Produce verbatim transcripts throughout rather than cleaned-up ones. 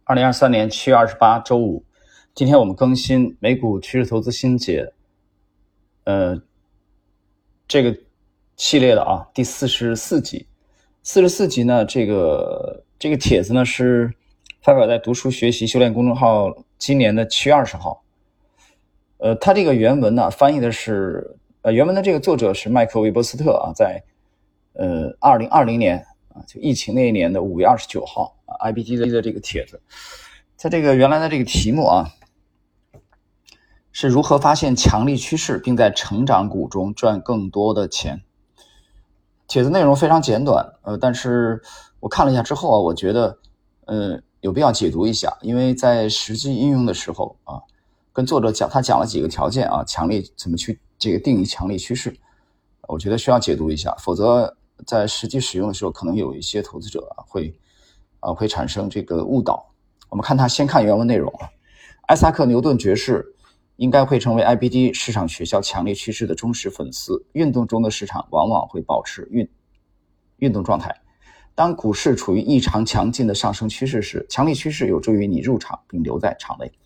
二零二三年七月二十八周五，今天我们更新美股趋势投资新解，呃，这个系列的啊第四十四集。四十四集呢，这个这个帖子呢是发表在读书学习修炼公众号今年的七月二十号。呃，他这个原文呢翻译的是呃原文的这个作者是麦克韦伯斯特啊，在呃二零二零年啊就疫情那一年的五月二十九号。I B D 的这个帖子，它这个原来的这个题目啊，是如何发现强力趋势，并在成长股中赚更多的钱。帖子内容非常简短，呃，但是我看了一下之后啊，我觉得呃有必要解读一下，因为在实际应用的时候啊，跟作者讲，他讲了几个条件啊，强力怎么去这个定义强力趋势，我觉得需要解读一下，否则在实际使用的时候，可能有一些投资者啊会。啊，会产生这个误导。我们看它，先看原文内容啊。艾萨克·牛顿爵士应该会成为 I B D 市场学校强力趋势的忠实粉丝。运动中的市场往往会保持运运动状态。当股市处于异常强劲的上升趋势时，强力趋势有助于你入场并留在场内。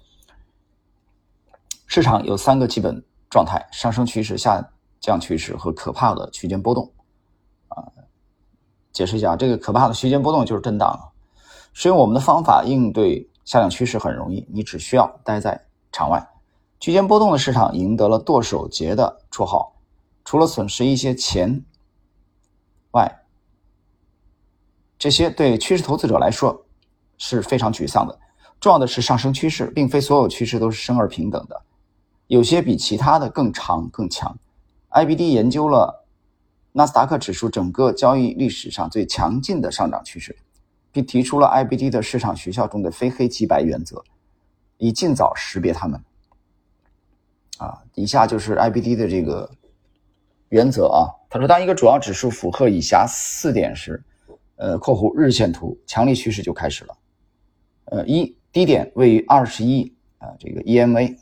市场有三个基本状态：上升趋势、下降趋势和可怕的区间波动。啊，解释一下，这个可怕的区间波动就是震荡。使用我们的方法应对下降趋势很容易，你只需要待在场外。区间波动的市场赢得了剁手节的绰号，除了损失一些钱外，这些对趋势投资者来说是非常沮丧的。重要的是上升趋势，并非所有趋势都是生而平等的，有些比其他的更长更强。I B D 研究了纳斯达克指数整个交易历史上最强劲的上涨趋势，并提出了 I B D 的市场学校中的非黑即白原则，以尽早识别它们。啊，以下就是 I B D 的这个原则啊。他说，当一个主要指数符合以下四点时，呃，括弧日线图，强力趋势就开始了。呃，一，低点位于二十一啊，这个 E M A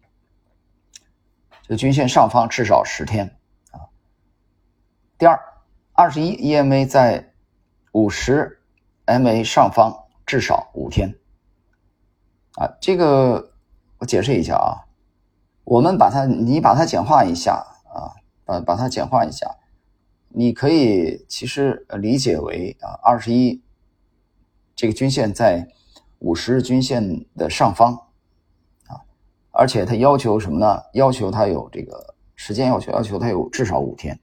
这个均线上方至少十天啊。第二，二十一 E M A 在五十M A 上方至少五天啊，这个我解释一下啊，我们把它，你把它简化一下啊，把把它简化一下，你可以其实理解为啊，二十一这个均线在五十日均线的上方啊，而且它要求什么呢？要求它有这个时间要求，要求它有至少五天。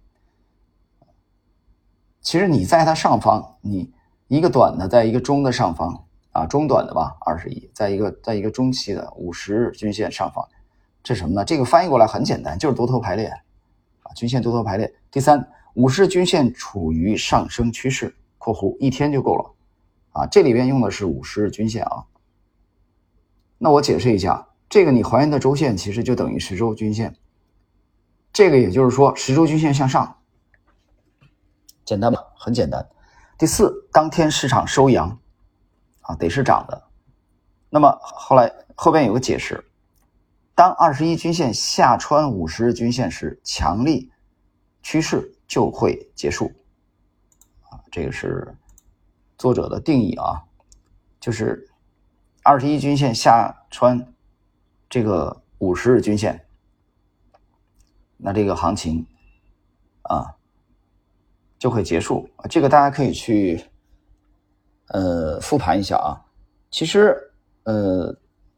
其实你在它上方，你一个短的在一个中的上方啊，中短的吧，二十一，在一个在一个中期的五十日均线上方，这是什么呢？这个翻译过来很简单，就是多头排列啊，均线多头排列。第三，五十日均线处于上升趋势（括弧一天就够了）啊，这里边用的是五十日均线啊。那我解释一下，这个你还原的周线其实就等于十周均线，这个也就是说十周均线向上，简单吧？很简单。第四，当天市场收阳啊，得是涨的。那么后来后边有个解释，当二十一均线下穿五十日均线时，强力趋势就会结束啊，这个是作者的定义啊，就是二十一均线下穿这个五十日均线，那这个行情啊就会结束。这个大家可以去呃复盘一下啊。其实呃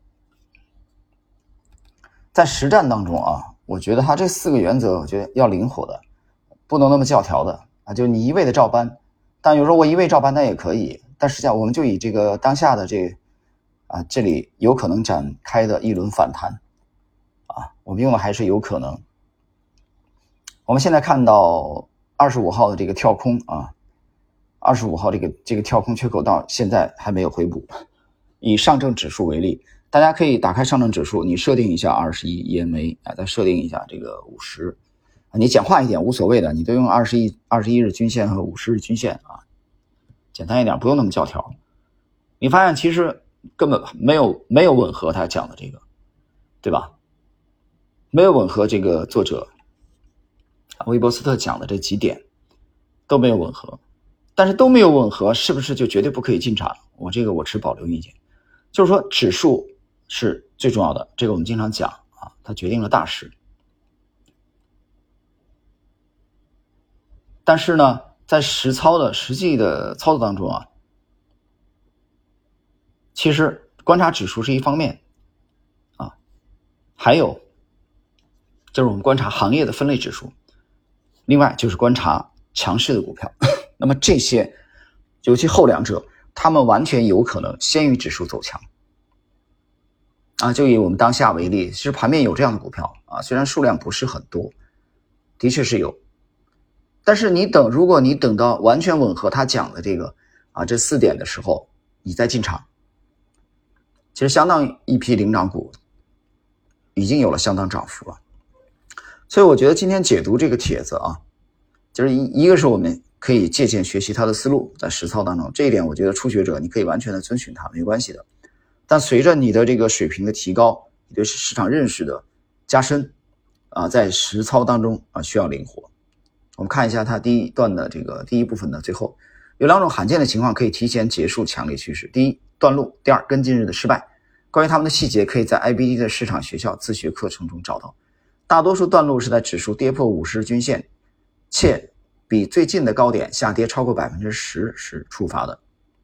在实战当中啊，我觉得它这四个原则我觉得要灵活的，不能那么教条的啊，就你一味的照搬。但有时候我一味照搬它也可以，但实际上我们就以这个当下的这啊这里有可能展开的一轮反弹啊，我们用的还是有可能。我们现在看到二十五号的这个跳空啊，二十五号这个这个跳空缺口到现在还没有回补。以上证指数为例，大家可以打开上证指数，你设定一下二十一 E M A 啊，再设定一下这个五十，你简化一点无所谓的，你都用二十一二十一日均线和五十日均线啊，简单一点，不用那么教条。你发现其实根本没有没有吻合他讲的这个，对吧？没有吻合这个作者韦伯斯特讲的这几点都没有吻合，但是都没有吻合，是不是就绝对不可以进场？我这个我持保留意见。 就是说指数是最重要的，这个我们经常讲啊，它决定了大势。但是呢，在实操的实际的操作当中啊，其实观察指数是一方面啊，还有就是我们观察行业的分类指数，另外就是观察强势的股票。那么这些尤其后两者，他们完全有可能先于指数走强啊。就以我们当下为例，其实盘面有这样的股票啊，虽然数量不是很多，的确是有，但是你等，如果你等到完全吻合他讲的这个啊这四点的时候，你再进场，其实相当于一批领涨股已经有了相当涨幅了。所以我觉得今天解读这个帖子啊，就是一一个是我们可以借鉴学习他的思路，在实操当中，这一点我觉得初学者你可以完全的遵循他，没关系的。但随着你的这个水平的提高，你对市场认识的加深啊，在实操当中啊需要灵活。我们看一下它第一段的这个第一部分的最后，有两种罕见的情况可以提前结束强烈趋势：第一，断路；第二，跟进日的失败。关于他们的细节，可以在 I B D 的市场学校自学课程中找到。大多数断路是在指数跌破五十均线，且比最近的高点下跌超过 百分之十 时触发的。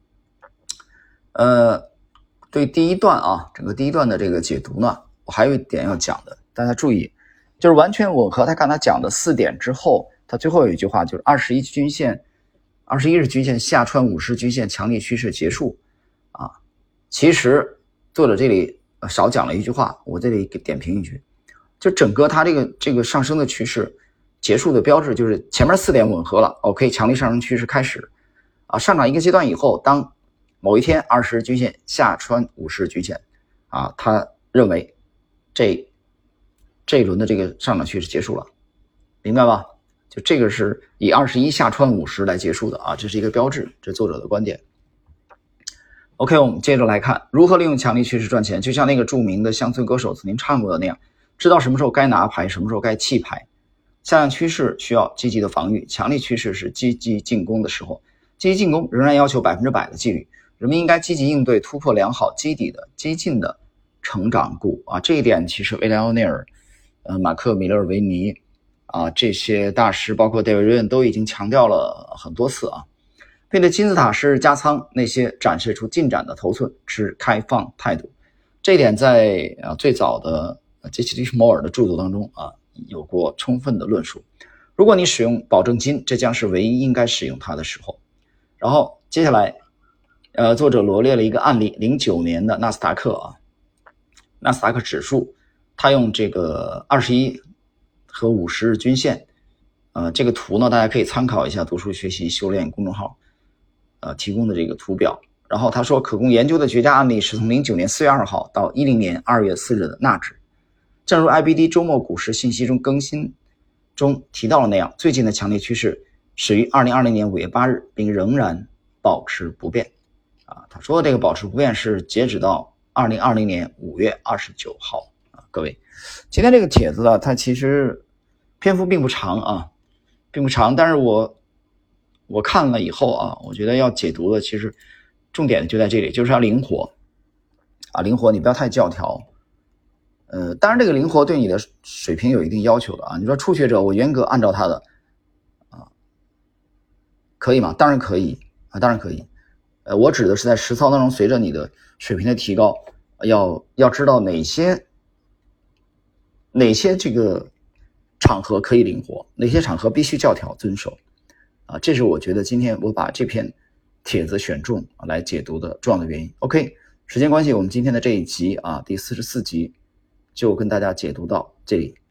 呃，对第一段啊，整个第一段的这个解读呢，我还有一点要讲的，大家注意，就是完全吻合他刚才讲的四点之后，他最后有一句话就是二十一均线二十一日均线下穿五十均线强力趋势结束啊。其实作者这里少讲了一句话，我这里给点评一句，就整个它这个这个上升的趋势结束的标志就是前面四点吻合了 OK， 强力上升趋势开始啊，上涨一个阶段以后，当某一天二十均线下穿五十均线啊，他认为这这一轮的这个上涨趋势结束了，明白吧？就这个是以二十一下穿五十来结束的啊，这是一个标志，这是作者的观点。OK， 我们接着来看如何利用强力趋势赚钱。就像那个著名的乡村歌手曾经唱过的那样，知道什么时候该拿牌，什么时候该弃牌。下降趋势需要积极的防御，强力趋势是积极进攻的时候。积极进攻仍然要求百分之百的纪律，人们应该积极应对突破良好基底的激进的成长股啊。这一点其实威廉·奥内尔、呃马克·米勒维尼啊这些大师，包括 David Ryan 都已经强调了很多次啊。并对金字塔式加仓那些展示出进展的头寸持开放态度，这一点在啊最早的杰西·利弗摩尔的著作当中啊有过充分的论述。如果你使用保证金，这将是唯一应该使用它的时候。然后接下来，呃，作者罗列了一个案例，零九年的纳斯达克啊，纳斯达克指数，它用这个二十一和五十日均线，呃，这个图呢，大家可以参考一下读书学习修炼公众号。呃，提供的这个图表，然后他说可供研究的绝佳案例是从零九年四月二号到十年二月四日的纳指。正如 I B D 周末股市信息中更新中提到了那样，最近的强烈趋势始于二零二零年五月八日，并仍然保持不变。啊，他说的这个保持不变是截止到二零二零年五月二十九号啊，各位，今天这个帖子呢，它其实篇幅并不长啊，并不长，但是我。我看了以后啊，我觉得要解读的其实重点就在这里，就是要灵活啊，灵活，你不要太教条。呃，当然这个灵活对你的水平有一定要求的啊。你说初学者，我严格按照他的啊，可以吗？当然可以啊，当然可以。呃，我指的是在实操当中，随着你的水平的提高，要要知道哪些哪些这个场合可以灵活，哪些场合必须教条遵守。啊，这是我觉得今天我把这篇帖子选中啊来解读的重要的原因。OK， 时间关系，我们今天的这一集啊，第四十四集就跟大家解读到这里。